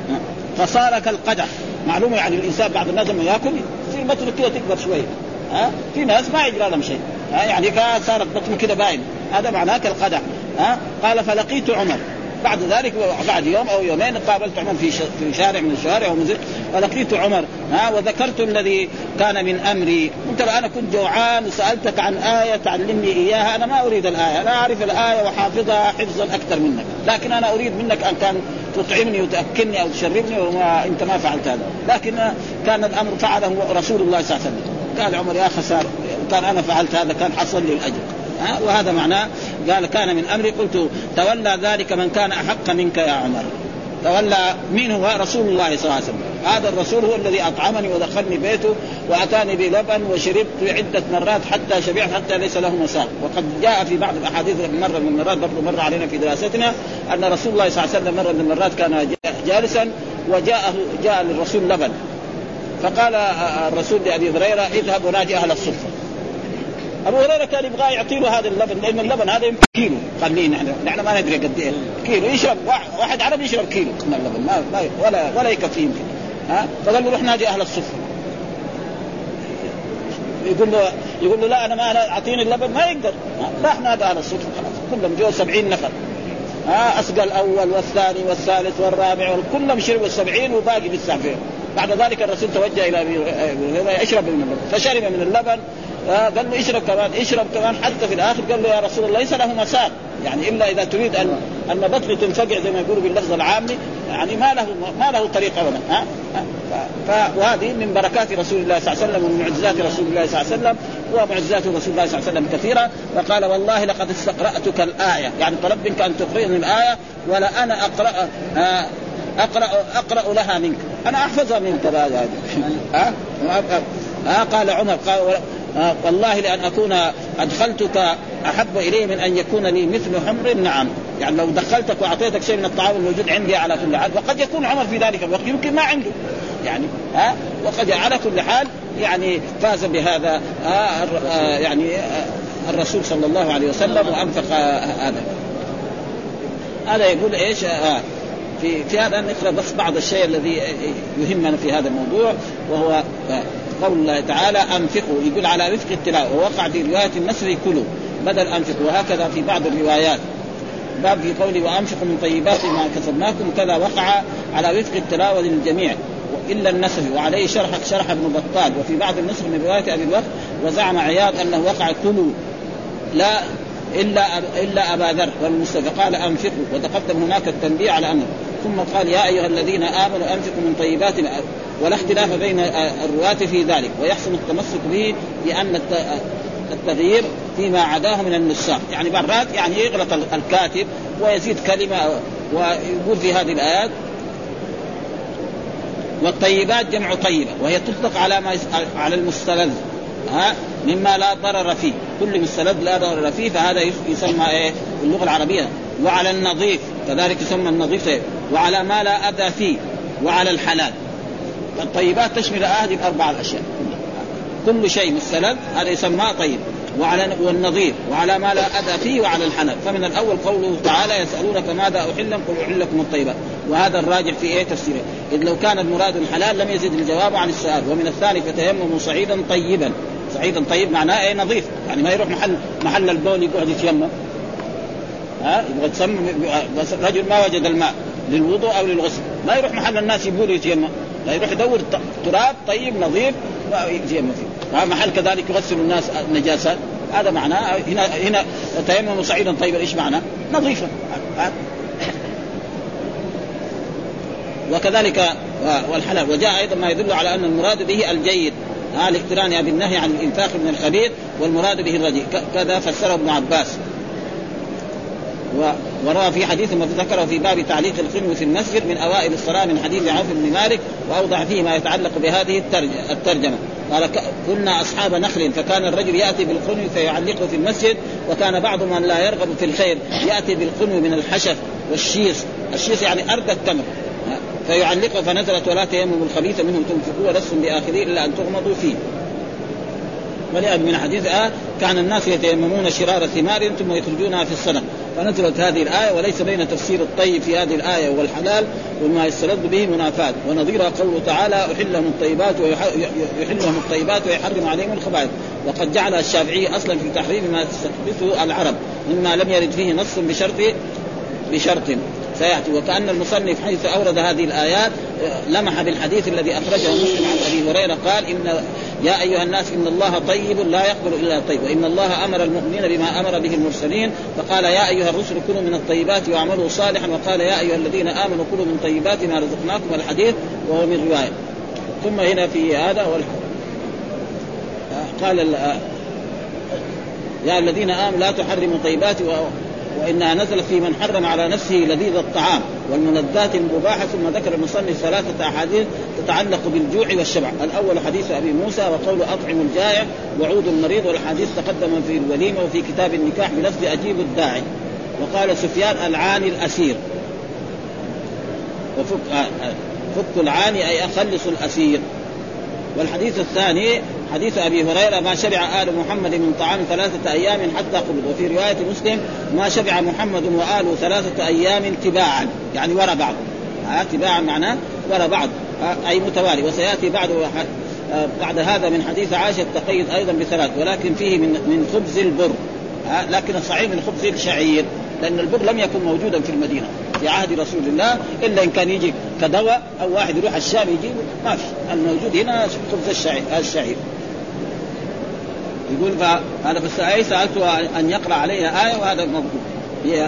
فصار كالقدح. معلومه يعني الانسان بعض الناس لما ياكل في بطنه كده تكبر شويه، ها في ناس ما يجرى لهم شيء، ها يعني صارت بطنه كده باين، هذا معناه كالقدح. ها قال فلقيت عمر بعد ذلك، بعد يوم او يومين قابلت عمر في في شارع من الشوارع ومزل، فلقيت عمر ها وذكرت الذي كان من امري، قلت له انا كنت جوعان وسالتك عن ايه تعلمني اياها، انا ما اريد الايه، انا اعرف الايه وحافظها حفظا اكثر منك، لكن انا اريد منك ان كان تطعمني وتاكلني او تشربني، وما انت ما فعلت هذا، لكن كان الامر فعله رسول الله صلى الله عليه وسلم. قال عمر يا خساره، كان انا فعلت هذا كان حصل لي الاجر. ها وهذا معناه قال كان من أمري. قلت تولى ذلك من كان أحق منك يا عمر. تولى مين هو؟ رسول الله صلى الله عليه وسلم. هذا الرسول هو الذي أطعمني ودخلني بيته وأتاني بلبن وشربت عدة مرات حتى شبعت حتى ليس له مساق. وقد جاء في بعض الأحاديث مرة من المرات برضو مر علينا في دراستنا أن رسول الله صلى الله عليه وسلم مرة من المرات كان جالسا وجاءه جاء للرسول لبن، فقال الرسول لأبي هريرة اذهب ونادي أهل الصفة. أبو هريرة كان يبغى يعطيه هذا اللبن، لأن اللبن هذا يمكن كيلو، قال لي نحن نحن ما ندري قد إيه كيلو، يشرب واحد عربي يشرب كيلو من اللبن ما, ما ولا ولا يكفي يمكن. ها فقال له روح نادي أهل الصفة. يقول له يقول له لا أنا ما أعطيني اللبن، ما يقدر. راح نادي أهل الصفة، خلاص كلهم جو سبعين نفر، ها أسقى الأول والثاني والثالث والرابع كلهم شربوا السبعين وباقي بالسبعين. بعد ذلك الرسول توجه إلى أبي هريرة اشرب من اللبن، فشرب من اللبن. آه قال له اشرب كمان اشرب كمان، حتى في الآخر قال له يا رسول الله ليس له مساق، يعني إلا إذا تريد أن أن بطني تنفجع زي ما يقولوا باللفظ العامي، يعني ما له ما له طريق أبدا. ها آه وهذه من بركات رسول الله صلى الله عليه وسلم ومن معجزات رسول الله صلى الله عليه وسلم، ومعجزات رسول الله صلى الله عليه وسلم كثيرة. وقال والله لقد استقرأتك الآية، يعني طلب منك أن تقرئني الآية ولا أنا أقرأ آه أقرأ أقرأ لها منك، أنا أحفظها منك بعد هذه. ها آه قال عمر قال آه والله لأن أكون أدخلتك أحب إليه من أن يكون لي مثل حمر نعم، يعني لو دخلتك وأعطيتك شيء من الطعام الموجود عندي على كل حال. وقد يكون عمر في ذلك الوقت يمكن ما عنده يعني ها آه وقد على كل حال يعني فاز بهذا آه آه يعني آه الرسول صلى الله عليه وسلم وأنفق آه هذا. هذا يقول إيش آه في في هذا نقرأ بس بعض الشيء الذي يهمنا في هذا الموضوع، وهو آه قول الله تعالى أنفقوا، يقول على وفق التلاوة، ووقع في رواية النصر كلوا بدل أنفقوا، وهكذا في بعض الروايات باب في قوله وأنفقوا من طيبات ما كسبناكم، كذا وقع على وفق التلاوة للجميع إلا النصر، وعليه شرح شرح ابن بطال. وفي بعض النسخ من رواية أبي الوقت وزعم عياض أنه وقع كلوا لا إلا إلا أبا ذر والمستفى قال أنفقوا، وتقدم هناك التنبيه على أنه ثم قال يا أيها الذين آمنوا أنفقوا من طيبات ما، ولا اختلاف بين الرواة في ذلك، ويحسن التمسك به لأن التغيير فيما عداه من النساخ، يعني مرات يعني يغلط الكاتب ويزيد كلمة ويقول في هذه الآيات والطيبات جمع طيبة، وهي تطلق على ما على المستلذ ها مما لا ضرر فيه، كل مستلذ لا ضرر فيه فهذا يسمى ايه باللغة العربية. وعلى النظيف كذلك يسمى النظيف، وعلى ما لا أذى فيه، وعلى الحلال. الطيبات تشمل هذه الأربعة الأشياء، كل شيء مستلذ هذا يسمى طيب، وعلى والنظيف، وعلى ما لا أذى فيه، وعلى الحلال. فمن الأول قوله تعالى يسألونك ماذا أحل قل أحل لكم الطيبات، وهذا الراجع في إيه تفسيره، إذ لو كان المراد الحلال لم يزد الجواب عن السؤال. ومن الثاني فتيمموا صعيدا طيبا، صعيدا طيب معناه إيه نظيف، يعني ما يروح محل محل البول يقعد يتيمم، ها يبغى يتسمم بس رجل ما وجد الماء للوضوء أو للغسل ما يروح محل الناس يبولوا يتيمم، لا يروح يدور تراب طيب نظيف ويتيمم فيه. محل كذلك يغسل الناس النجاسات، هذا معناه هنا هنا تيمم صعيدا طيبا ايش معناه نظيفا. وكذلك والحلال. وجاء ايضا ما يدل على ان المراد به الجيد الاقتران بالنهي عن الانفاق من الخبيث، والمراد به الرديء، كذا فسره ابن عباس. وروى في حديث ما ذكره في باب تعليق الخنو في المسجد من أوائل الصلاة من حديث عوف بن مالك، وأوضح فيه ما يتعلق بهذه الترجمة. قال كنا أصحاب نخل، فكان الرجل يأتي بالخنو فيعلقه في المسجد، وكان بعض من لا يرغب في الخير يأتي بالخنو من الحشف والشيص، الشيص يعني أرض التمر، فيعلقه. فنزلت ولا تيمموا الخبيث منه تنفقوا ولستم بآخذين إلا أن تغمضوا فيه. ولأن من حديث آه كان الناس يتيممون شرار الثمار ثم يخرجونها في الصدقة، فنزلت هذه الآية. وليس بين تفسير الطيب في هذه الآية والحلال وما يستلذ به منافات. ونظيرها قوله تعالى أحل لهم الطيبات ويحل لهم الطيبات ويحرم عليهم الخبائث، وقد جعل الشافعي أصلا في تحريم ما تستحدثه العرب مما لم يرد فيه نص بشرط بشرط سيأتي. وكأن المصنف حيث أورد هذه الآيات لمح بالحديث الذي أخرجه مسلم عن أبي هريرة قال إن يا أيها الناس إن الله طيب لا يقبل إلا طيب، وإن الله أمر المؤمنين بما أمر به المرسلين، فقال يا أيها الرسل كلوا من الطيبات واعملوا صالحا، وقال يا أيها الذين آمنوا كلوا من طيبات ما رزقناكم، الحديث وهو من رواية. ثم هنا في هذا قال يا الذين آمنوا لا تحرموا طيبات وإنها نزلت في من حرم على نفسه لذيذ الطعام والملذات المباحة. ثم ذكر المصنف ثلاثة أحاديث تتعلق بالجوع والشبع. الأول حديث أبي موسى وقول أطعم الجائع وعود المريض، والحديث تقدم في الوليمة وفي كتاب النكاح بلفظ أجيب الداعي. وقال سفيان العاني الأسير، وفك فك العاني أي أخلص الأسير. والحديث الثاني حديث أبي هريرة ما شبع آل محمد من طعام ثلاثة أيام حتى قبض. وفي رواية مسلم ما شبع محمد وآله ثلاثة أيام تباعا، يعني وراء بعض، تباعا معناه وراء بعض أي متوالي. وسيأتي بعد بعد هذا من حديث عائشة تقيد أيضا بثلاث، ولكن فيه من من خبز البر، لكن الصحيح من خبز الشعير، لأن البر لم يكن موجودا في المدينة في عهد رسول الله إلا إن كان يجي كدواء أو واحد يروح الشام يجيبه، ما في. الموجود هنا خبز الشعير, الشعير. يقول هذا بس آية سألته أن يقرأ عليها آية، وهذا موجود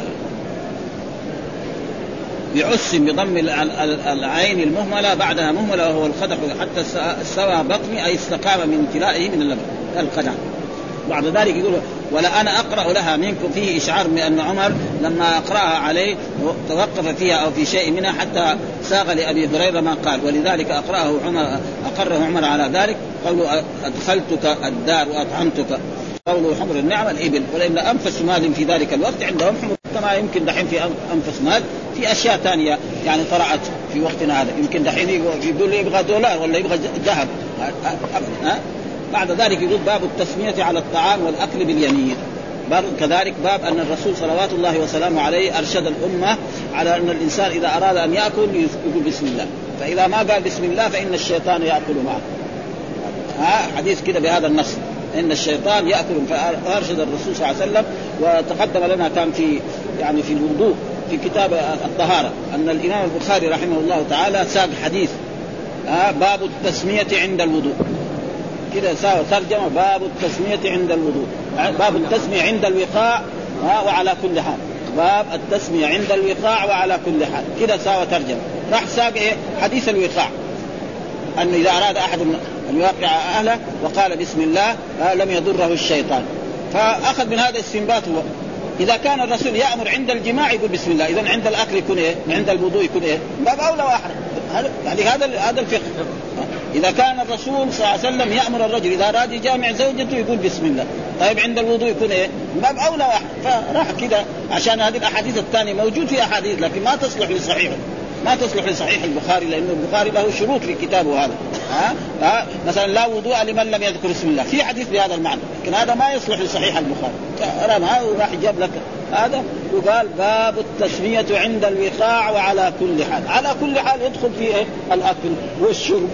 بعس بضم العين المهملة بعدها مهملة وهو الخدق حتى سوى بطني أي استقام من امتلائه من اللبن القدع. بعد ذلك يقول ولا أنا أقرأ لها منكم، فيه إشعار من أن عمر لما أقرأها عليه توقف فيها أو في شيء منها حتى ساغ لأبي هريرة ما قال، ولذلك أقرأه عمر أقره عمر على ذلك. قوله أدخلتك الدار وأطعمتك، قوله حمر النعم الإبل، ولأن أنفس مال في ذلك الوقت عندهم حمر كما يمكن دحين في أنفس مال في أشياء ثانية يعني طرأت في وقتنا هذا. يمكن دحين يقول لي يبغى دولار ولا يبغى ذهب. بعد ذلك يقول باب التسمية على الطعام والأكل باليمين. باب كذلك باب أن الرسول صلوات الله وسلامه عليه أرشد الأمة على أن الإنسان إذا أراد أن يأكل يقول بسم الله، فإذا ما قال بسم الله فإن الشيطان يأكل معه. ها حديث كده بهذا النص إن الشيطان يأكل. فأرشد الرسول صلى الله عليه وسلم. وتقدم لنا كان في يعني في الوضوء في كتاب الطهارة أن الإمام البخاري رحمه الله تعالى ساق حديث باب التسمية عند الوضوء كده، ساوى ترجمة باب التسمية عند الوضوء، باب التسمية عند الوقاء وعلى كل حال. باب التسمية عند الوقاع وعلى كل حال. كده ساوى ترجمة. راح ساق إيه حديث الوقاع أنه إذا أراد أحد أن يوقع أهله وقال بسم الله لم يضره الشيطان. فأخذ من هذا استنباط هو إذا كان الرسول يأمر عند الجماع يقول بسم الله، إذن عند الأكل يكون إيه؟ عند الوضوء يكون إيه؟ باب أولى وأحرى. يعني هذا هذا الفقه. إذا كان الرسول صلى الله عليه وسلم يأمر الرجل إذا أراد يجامع زوجته يقول بسم الله، طيب عند الوضوء يكون إيه؟ باب أولى وأحرى. فراح كده عشان هذه الأحاديث الثانية موجود في أحاديث لكن ما تصلح لصحيحه، ما تصلح لصحيح البخاري لأنه البخاري له شروط في كتابه هذا. ها؟ ها؟ مثلا لا وضوء لمن لم يذكر اسم الله، في حديث بهذا المعنى لكن هذا ما يصلح لصحيح البخاري. رمى وراح جاب لك هذا وقال باب التسمية عند الوقاع وعلى كل حال. على كل حال يدخل فيه الأكل والشرب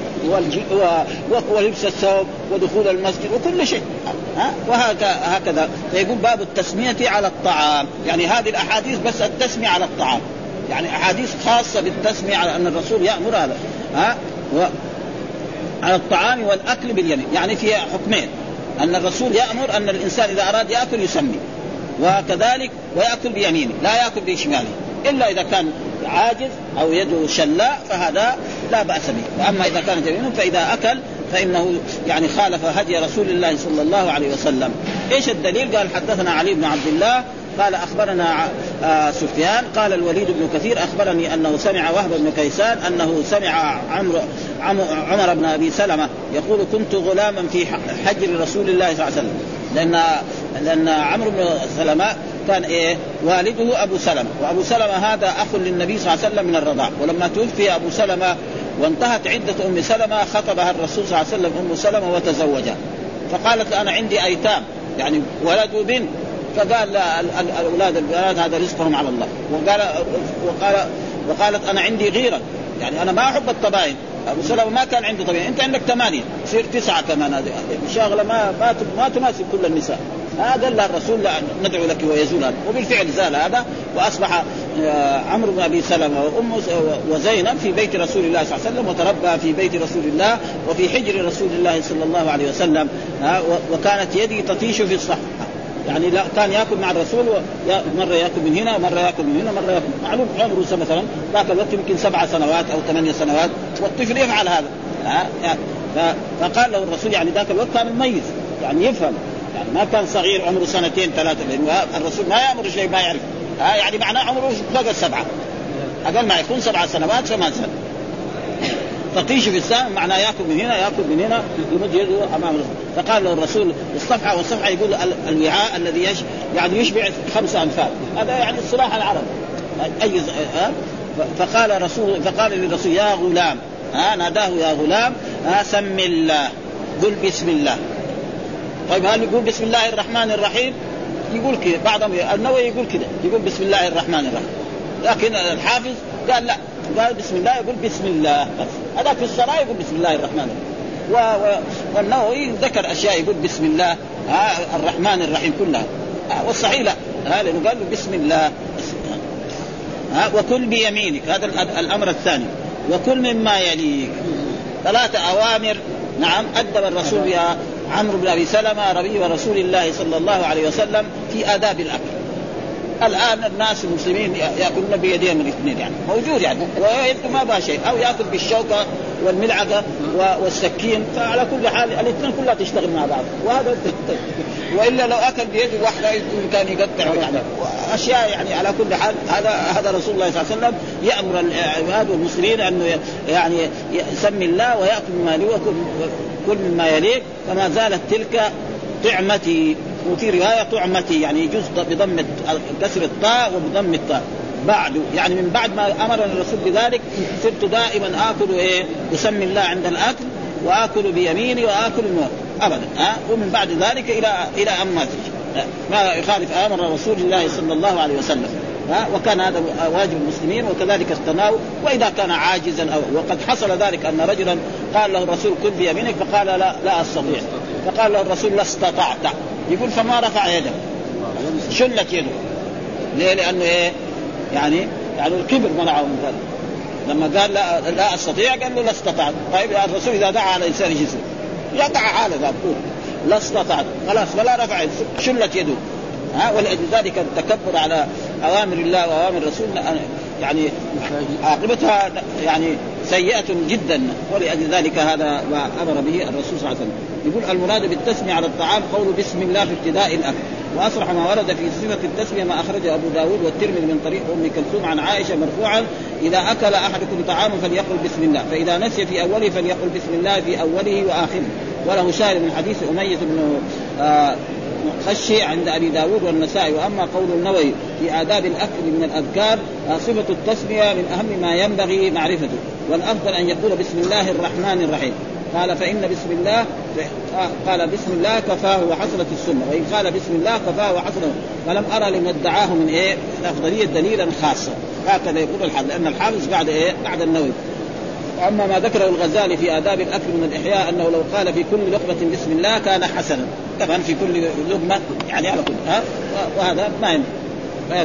ولبس الثوب ودخول المسجد وكل شيء. ها؟ وهكذا فيقول باب التسمية على الطعام. يعني هذه الأحاديث بس التسمية على الطعام، يعني أحاديث خاصة بالتسمية على أن الرسول يأمر هذا. ها؟ و... على الطعام والأكل باليمين، يعني فيها حكمين: أن الرسول يأمر أن الإنسان إذا أراد يأكل يسمي، وكذلك ويأكل بيمينه لا يأكل بشماله إلا إذا كان عاجز أو يده شلاء فهذا لا بأس به. وأما إذا كان جميلا فإذا أكل فإنه يعني خالف هدي رسول الله صلى الله عليه وسلم. إيش الدليل؟ قال حدثنا علي بن عبد الله قال أخبرنا سفيان قال الوليد بن كثير أخبرني أنه سمع وهب بن كيسان أنه سمع عمرو عمر بن أبي سلمة يقول كنت غلاما في حجر رسول الله صلى الله عليه وسلم، لأن لأن عمرو بن سلمة كان إيه والده أبو سلمة، وأبو سلمة هذا أخ للنبي صلى الله عليه وسلم من الرضاع. ولما توفي أبو سلمة وانتهت عدة أم سلمة خطبها الرسول صلى الله عليه وسلم أم سلمة وتزوجها، فقالت أنا عندي أيتام يعني ولد وبنت، فقال لا الأولاد البنات هذا رزقهم على الله. وقال وقال وقالت أنا عندي غيرة، يعني أنا ما أحب الطبائن. أبو سلمة ما كان عنده طبيعي، أنت عندك ثمانية صير تسعة كمان، هذه شغلة ما ما ما تناسب كل النساء. هذا قال الرسول لا ندعو لك ويزول هذا، وبالفعل زال هذا وأصبح عمرو بن أبي سلمة وأم وزينب في بيت رسول الله صلى الله عليه وسلم، وتربى في بيت رسول الله وفي حجر رسول الله صلى الله عليه وسلم. وكانت يدي تطيش في الصحفة، يعني لا كان يأكل مع الرسول مرة يأكل من هنا مرة يأكل من هنا مرة يأكل. معلوم عمره مثلا ذاك الوقت يمكن سبع سنوات أو ثمانية سنوات والطفل يفعل هذا. فقال له الرسول يعني ذاك الوقت كان مميز يعني يفهم، يعني ما كان صغير عمره سنتين ثلاثة، لأن الرسول ما يأمر شيء ما يعرف. يعني معناه عمره فوق السبعة، أقل ما يكون سبع سنوات ثمان سنوات. تطيش في السام معناه يأكل من هنا يأكل من هنا يمد يده أمام الرسول. فقال له الرسول الصفحة، والصفحة يقول الوعاء الذي يش يعني يشبع خمسة أنفار، هذا يعني الصلاح العرب أي ها. فقال رسول فقال للرسول يا غلام، ها ناداه يا غلام، ها سم الله، قل بسم الله. طيب هل يقول بسم الله الرحمن الرحيم؟ يقول كده، بعضهم النووي يقول كده يقول بسم الله الرحمن الرحيم، لكن الحافظ قال لا، قال بسم الله يقول بسم الله بس. هذا في الصلاة يقول بسم الله الرحمن الرحيم. و... و... والنووي ذكر أشياء يقول بسم الله ها الرحمن الرحيم كلها، والصحيح لا، لأنه قال بسم الله. ها وكل بيمينك، هذا الأمر الثاني. وكل مما يليك، ثلاثة أوامر نعم أدب الرسول بها عمرو بن أبي سلمة ربي ورسول الله صلى الله عليه وسلم في آداب الأكل. الآن الناس المسلمين يأكلون بيديهم الاثنين، يعني موجود يعني ويأكل ما بها شيء، أو يأكل بالشوكة والملعقة والسكين، فعلى كل حال الاثنين كلها تشتغل مع بعض. وهذا وإلا لو أكل بيده واحدة كان يقطع يعني أشياء. يعني على كل حال هذا هذا رسول الله صلى الله عليه وسلم يأمر العباد والمسلمين أنه يعني يسمي الله ويأكل مما يليه وكل مما يليه. فما زالت تلك طعمتي، وفي رواية طعمتي يعني يجوز بضم كسر الطاء وبضم الطاء بعد، يعني من بعد ما أمرنا الرسول بذلك صرت دائما آكل إيه أسمي الله عند الأكل، وآكل بيميني وآكل النور أبدا. ها ومن بعد ذلك إلى إلى أمات ما يخالف أمر رسول الله صلى الله عليه وسلم. ها وكان هذا واجب المسلمين، وكذلك التناول. وإذا كان عاجزا أو وقد حصل ذلك أن رجلا قال له الرسول كل بيمينك، فقال لا لا أستطيع، فقال له الرسول لا استطعت، يقول فما رفع يده، شلت يده. ليه؟ لأنه إيه يعني يعني الكبر منعه من ذلك. لما قال لا لا أستطيع قال له لا استطعت. طيب الرسول إذا دعا على إنسان جسم يقع حاله ذا بقول لا استطعت خلاص، ولا رفع شلت يده. ها ولذلك التكبر على أوامر الله وأوامر الرسول يعني عاقبتها يعني سيئة جدا، ولأجل ذلك هذا ما أمر به الرسول صلى الله عليه وسلم. يقول المراد بالتسمية على الطعام قول بسم الله في ابتداء الأكل. وأصرح ما ورد في صفة التسمية ما أخرجه أبو داود والترمذي من طريق أم كلثوم عن عائشة مرفوعا: إذا أكل أحدكم طعاما فليقل بسم الله، فإذا نسي في أوله فليقل بسم الله في أوله وآخره. وله شاهد من حديث أمية بن آه خشي عند أبي داود والنسائي. وأما قول النووي في آداب الأكل من الأذكار: صفة التسمية من أهم ما ينبغي معرفته، والأفضل أن يقول بسم الله الرحمن الرحيم. قال فإن بسم الله قال بسم الله كفاه وحصلت السنة، وإن قال بسم الله كفاه وحصلت. فلم أرى لمن ادعاه من إيه الأفضلية دليلا خاصا. هكذا يقول الحافظ، لأن الحافظ بعد إيه بعد النووي. وأما ما ذكره الغزالي في آداب الأكل من الإحياء أنه لو قال في كل لقمة بسم الله كان حسنا، طبعا في كل لقمة يعني على كل ها، وهذا ما ينبغي.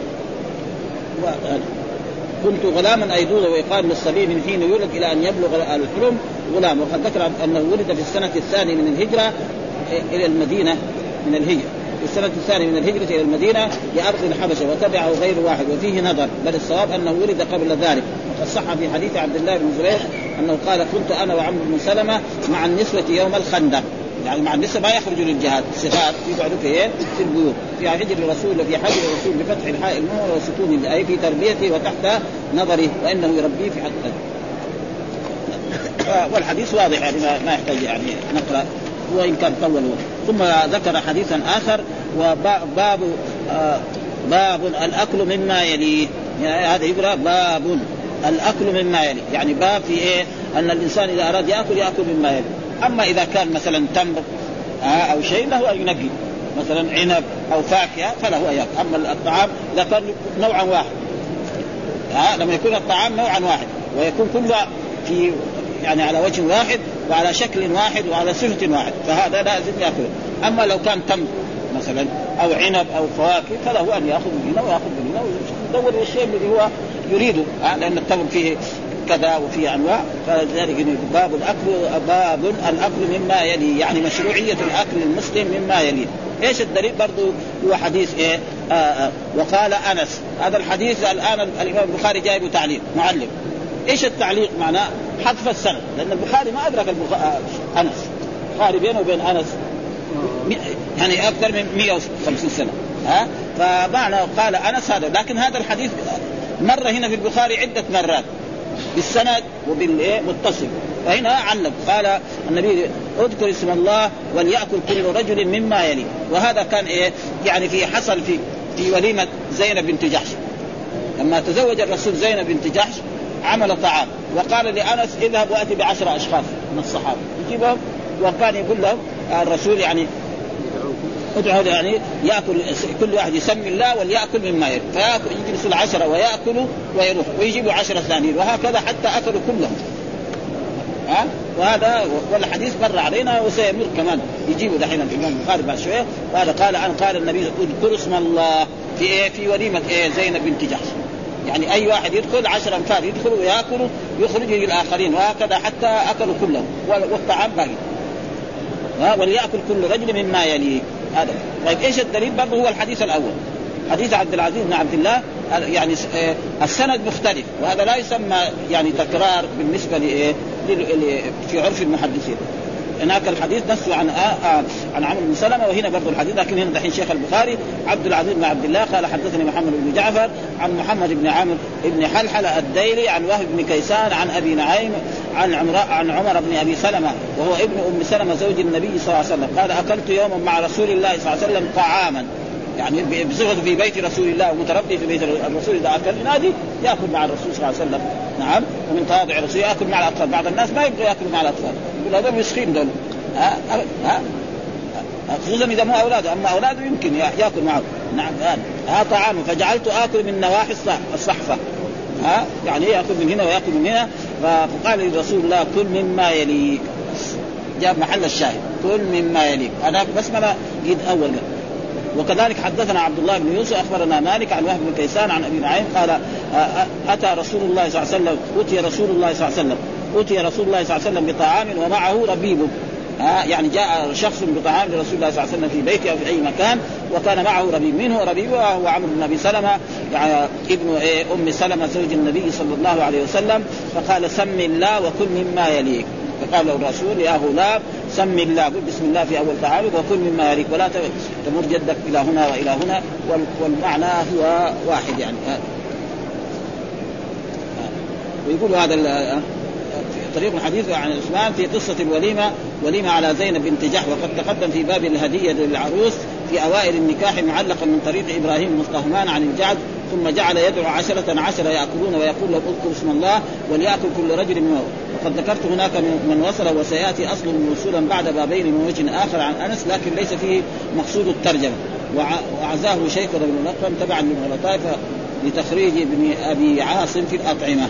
كنت غلاما أيدود ويقال للصبي من حين يولد إلى أن يبلغ الحلم غلام. وقد ذكر أنه ولد في السنة الثانية من الهجرة إلى المدينة من الهجرة في السنة الثانية من الهجرة إلى المدينة لأرض الحبشة، وتبعه غير واحد، وفيه نظر، بل الصواب أنه ولد قبل ذلك. وقد صح في حديث عبد الله بن زبير أنه قال: كنت أنا وعمرو بن سلمة مع النسوة يوم الخندق، يعني مع النسوة ما يخرجوا للجهاد، صغار يقعدوا في في البيوت، في حجر الرسول وفي حجر الرسول بفتح الحاء المهملة وسكون، أي في تربيته وتحت نظره، وإنه يربيه في حد. والحديث واضح يعني ما يحتاج يعني نقرأ وإن كان طول. ثم ذكر حديثا آخر: وباب آه باب الأكل مما يلي، يعني هذا يقرأ باب الأكل مما يلي، يعني باب في إيه أن الإنسان إذا أراد يأكل يأكل مما يلي. أما إذا كان مثلا تمر آه أو شيء له أن ينقي، مثلا عنب أو فاكهة فله أن يأكل. أما الطعام إذا كان نوعا واحد آه لما يكون الطعام نوعا واحد ويكون كله في يعني على وجه واحد وعلى شكل واحد وعلى صفة واحد فهذا لازم يأكل. أما لو كان تمر مثلا أو عنب أو فواكه فله أن يأخذ من هنا ويأخذ من هنا ويدور الشيء الذي هو يريده، لأن التمر فيه كذا وفيه أنواع. فلذلك باب الأكل باب الأكل مما يلي، يعني مشروعية الأكل المسلم مما يلي. إيش الدليل؟ برضو هو حديث إيه آه آه وقال أنس. هذا الحديث الآن الإمام البخاري جايبه تعليق معلم. إيش التعليق؟ معناه حذف السند، لأن البخاري ما أدرك البخاري أنس، البخاري بينه وبين أنس يعني أكثر من مئة وخمسين سنة ها. فمعنى قال أنس هذا، لكن هذا الحديث مرة هنا في البخاري عدة مرات بالسند وبالمتصل. فهنا علق قال النبي: اذكر اسم الله وليأكل كل رجل مما يلي. وهذا كان إيه يعني في حصل في في وليمة زينب بنت جحش، لما تزوج الرسول زينب بنت جحش عمل طعام وقال لأنس: اذهب وأتي بعشرة أشخاص من الصحابة يجيبهم، وكان يقول لهم الرسول يعني ادعوا يعني يأكل كل واحد يسمي الله وليأكل مما يلي، فيأكل يجلسوا العشرة ويأكلوا ويروح ويجيبوا عشرة ثانيين، وهكذا حتى أكلوا كلهم ها. وهذا والحديث مر علينا وسيمر كمان يجيبوا دحين الإمام البخاري بعد شوية. وهذا قال أن قال النبي: اذكر اسم الله في إيه في وليمة إيه زينب بنت جحش، يعني أي واحد يدخل عشرة أنفار يدخلوا ويأكلوا يخرجوا للآخرين، وهكذا حتى أكلوا كلهم والطعام باقي. وليأكل كل رجل مما يليه. هذا طيب إيش الدليل؟ برضه هو الحديث الأول، حديث عبد العزيز بن عبد الله، يعني السند مختلف، وهذا لا يسمى يعني تكرار بالنسبة لإيه في عرف المحدثين. هناك الحديث نفسه عن آه عن عمرو بن سلمة، وهنا برضو الحديث، لكن هنا دحين شيخ البخاري عبد العزيز بن عبد الله قال: حدثني محمد بن جعفر عن محمد بن عامر بن حلحلة الديلي عن وهب بن كيسان عن أبي نعيم عن عمر عن عمر بن أبي سلمة وهو ابن أم سلمة زوج النبي صلى الله عليه وسلم قال: أكلت يوما مع رسول الله صلى الله عليه وسلم طعاما، يعني بصفة في بيت رسول الله ومتربي في بيت الرسول، إذا أكل ينادي يأكل مع الرسول صلى الله عليه وسلم. نعم. ومن تواضع الرسول يأكل مع الأطفال. بعض الناس ما يبغوا يأكلوا مع الأطفال، يقول هذول مسخين دول ها ها خصوصا إذا مو أولاده، أما أولاده يمكن يأكل معه. نعم. ها طعام فجعلت آكل من نواحي الصحفة، ها يعني يأكل من هنا ويأكل من هنا. فقال لرسول الله: كل مما يليك. جاب محل الشاهد كل مما يليك. أنا بس ما جيد أول. وكذلك حدثنا عبد الله بن يوسف أخبرنا مالك عن وهب بن كيسان عن أبي نعيم قال: أتى رسول الله صلى الله عليه وسلم أتي رسول الله صلى الله عليه وسلم أتي رسول الله صلى الله عليه وسلم بطعام ومعه ربيب، آه يعني جاء شخص بطعام لرسول الله صلى الله عليه وسلم في بيته أو في أي مكان وكان معه ربيب منه ربيب وهو عمرو بن أبي سلمة يعني ابن إيه أم سلمة زوج النبي صلى الله عليه وسلم. فقال سم الله وكل مما يليك. فقال له الرسول يا غلام سم الله قل بسم الله في أول طعامك وكل مما يليك ولا تمر جدك إلى هنا وإلى هنا والمعنى هو واحد يعني. ويقول هذا طريق الحديث عن عثمان في قصة الوليمة وليمة على زينب بنت جحش وقد تقدم في باب الهدية للعروس في أوائل النكاح معلقا من طريق إبراهيم المستهمان عن الجعد ثم جعل يدعو عشرة عشرة يأكلون ويقول لهم اذكروا اسم الله وليأكل كل رجل منهم. وقد ذكرت هناك من وصل وسيأتي أصل وصولا بعد بابين من وجه آخر عن أنس لكن ليس فيه مقصود الترجمة وعزاه شيخنا بن الأقرم تبعا للغلطاء لتخريج ابن أبي عاصم في الأطعمة.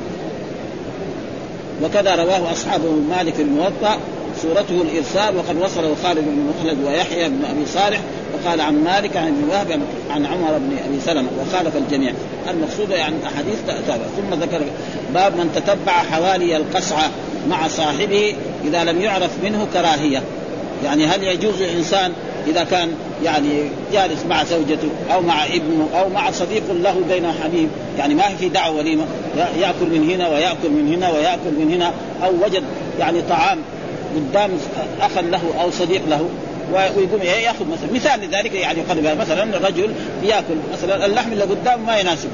وكذا رواه أصحاب مالك الموطأ صورته الإرسال وقد وصله خالد بن مخلد ويحيى بن أبي صالح وقال عن مالك عن ابن وهب عن عمر بن أبي سلمة وخالف الجميع. المقصود يعني أحاديث تتابع. ثم ذكر باب من تتبع حوالي القصعة مع صاحبه إذا لم يعرف منه كراهية. يعني هل يجوز الإنسان إذا كان يعني جالس مع زوجته أو مع ابنه أو مع صديق له بين حبيب يعني ما في دعوة وليمة يأكل من هنا ويأكل من هنا ويأكل من هنا أو وجد يعني طعام قدام أخ له أو صديق له ويقوم يأخذ مثلا مثال لذلك يعني قد مثلا الرجل يأكل مثلا اللحم اللي قدامه ما يناسبه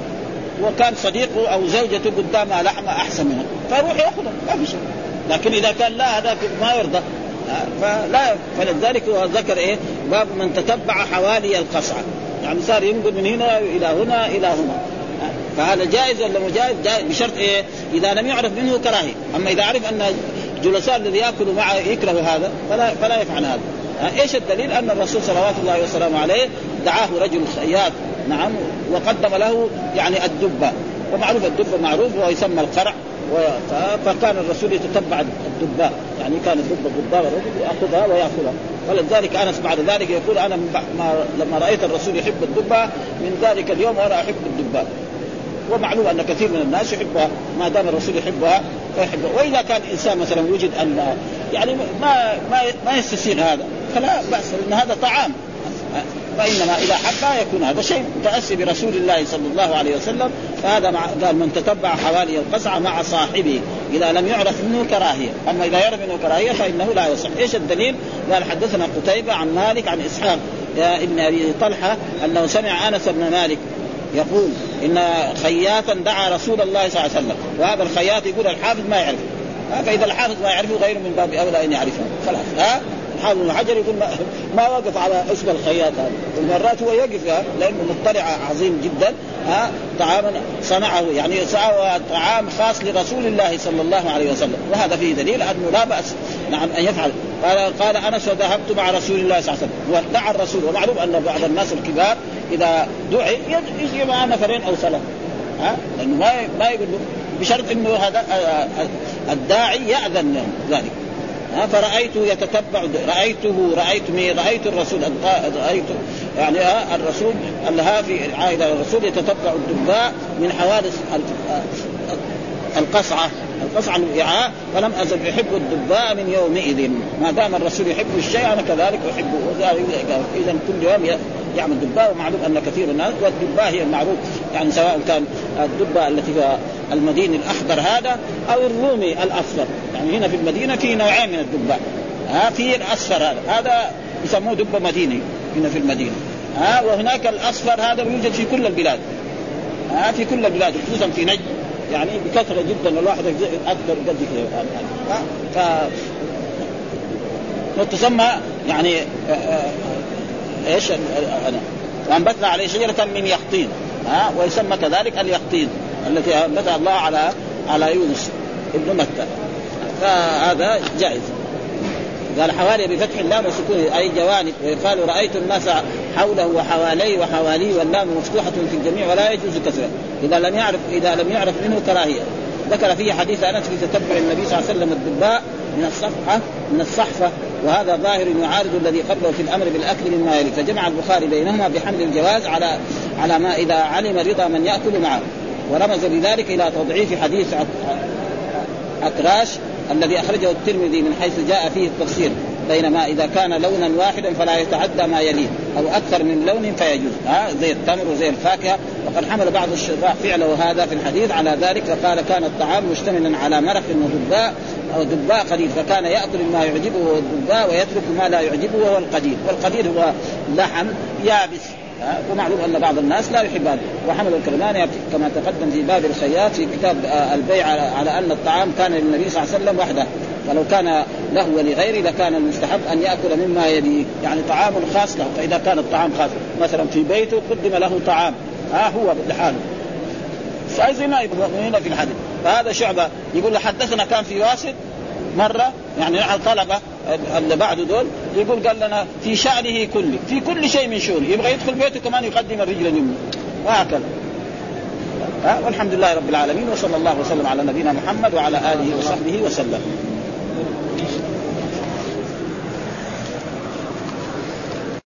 وكان صديقه أو زوجته قدامها لحمة أحسن منها فيروح يأخذها ما في شيء. لكن إذا كان لا هذا ما يرضى فلا فلذلك هو ذكر إيه باب من تتبع حوالي القصعة يعني صار ينقل من هنا إلى هنا إلى هنا. فهذا جائز ولا مجائز؟ جائز بشرط إيه إذا لم يعرف منه كراهية. أما إذا عرف أن جلساء الذي يأكل معه يكره هذا فلا, فلا يفعل هذا. إيش الدليل؟ أن الرسول صلوات الله وسلامه عليه دعاه رجل خياط نعم وقدم له يعني الدبة ومعروف الدبة معروف ويسمى القرع فكان الرسول يتتبع الدباء يعني كان الدبة قدام الرجل يأخذها ويأخذها. ولذلك أنس بعد ذلك يقول أنا ما لما رأيت الرسول يحب الدبة من ذلك اليوم وأنا أحب الدباء. ومعلوم أن كثير من الناس يحبها ما دام الرسول يحبها فيحبها. وإذا كان إنسان مثلا وجد أن يعني ما ما ما يستسيغ هذا فلا بأس لأن هذا طعام فإنما إذا حب يكون هذا شيء متأسي برسول الله صلى الله عليه وسلم. فهذا مع قال من تتبع حوالي القصعة مع صاحبه إذا لم يعرف منه كراهية. أما إذا يعرف منه كراهية فإنه لا يصح. إيش الدليل؟ قال حدثنا قتيبة عن مالك عن إسحاق ابن أبي طلحة أنه سمع أنس بن مالك يقول إن خياطا دعا رسول الله صلى الله عليه وسلم. وهذا الخياط يقول الحافظ ما يعرف فإذا الحافظ ما يعرفه غيره من باب أولى أن يعرفه خلاص. ها الحافظ بن حجر يقول ما, ما وقف على اسم الخياط هذا المرات هو يقف لأنه مطلع عظيم جدا. ها طعاما صنعه يعني صنعه طعام خاص لرسول الله صلى الله عليه وسلم وهذا فيه دليل أنه لا بأس نعم أن يفعل. قال قال أنس وذهبت مع رسول الله صلى الله عليه وسلم ودعا الرسول. ومعلوم أن بعض الناس الكبار إذا دعي يجي مع نفرين أو ثلاثة ها لأنه ما ما يقول بشرط إنه هذا الداعي يأذن له ذلك. ها فرأيته يتتبع رأيته رأيت مي رأيت الرسول رأيت يعني ها الرسول اللها في عائلة الرسول يتتبع الدباء من حوادث القصعة القصعة الوعاء فلم أزل يحب الدباء من يومئذ. ما دام الرسول يحب الشيء أنا كذلك أحبه. إذا كل يوم يعمل دباء. ومعلوم أن كثير الناس والدباء هي المعروف يعني سواء كان الدباء التي في المدينة الأخضر هذا أو الرومي الأصفر. يعني هنا في المدينة في نوعين من الدباء. ها في الأصفر هذا هذا يسموه دباء مديني هنا في المدينة. ها وهناك الأصفر هذا يوجد في كل البلاد. ها في كل البلاد خصوصا في نجد يعني بكثرة جدا الواحد أكثر قد كده. ف وتسمى يعني ايش انا وانبتنا عليه شجرة من يقطين. ها ويسمى كذلك اليقطين التي انبت الله على على يونس ابن متى. فهذا جائز. قال حوالي بفتح اللام وسكون أي جوانب. ويقال رأيت الناس حوله وحواليه وحواليه واللام مفتوحة في الجميع ولا يجوز كسره إذا لم يعرف إذا لم يعرف منه كراهية. ذكر فيه حديث أنس في تتبع النبي صلى الله عليه وسلم الدباء من الصفحة من الصحفة وهذا ظاهر يعارض الذي قبله في الأمر بالأكل مما يلي. فجمع البخاري بينهما بحمل الجواز على على ما إذا علم رضا من يأكل معه. ورمز بذلك إلى تضعيف حديث أكراش الذي أخرجه الترمذي من حيث جاء فيه التفسير، بينما إذا كان لونا واحدا فلا يتعدى ما يليه أو أكثر من لون فيجوز، ها زي التمر وزي الفاكهة. وقد حمل بعض الشراح فعله هذا في الحديث على ذلك، فقال كان الطعام مشتملا على مرق ودباء أو دباء قليل، فكان يأكل ما يعجبه وهو الدباء ويترك ما لا يعجبه وهو القدير. والقدير هو لحم يابس، ومعلوم أن بعض الناس لا يحب هذا. وحمل الكرماني كما تقدم في باب الخياط في كتاب البيع على أن الطعام كان للنبي صلى الله عليه وسلم وحده، فلو كان له ولغيره لكان المستحب أن يأكل مما يليه، يعني طعام خاص له. فإذا كان الطعام خاص مثلا في بيته قدم له طعام ها هو لحاله، فإذن هنا في الحديث. فهذا شعبة يقول حدثنا كان في واسط مرة، يعني نحن الطلبة اللي بعده دول يقول قال لنا في شأنه كله، في كل شيء من شؤونه، يبغى يدخل بيته كمان يقدم الرجل اليمنى وهكذا. والحمد لله رب العالمين، وصلى الله وسلم على نبينا محمد وعلى آله وصحبه وسلم.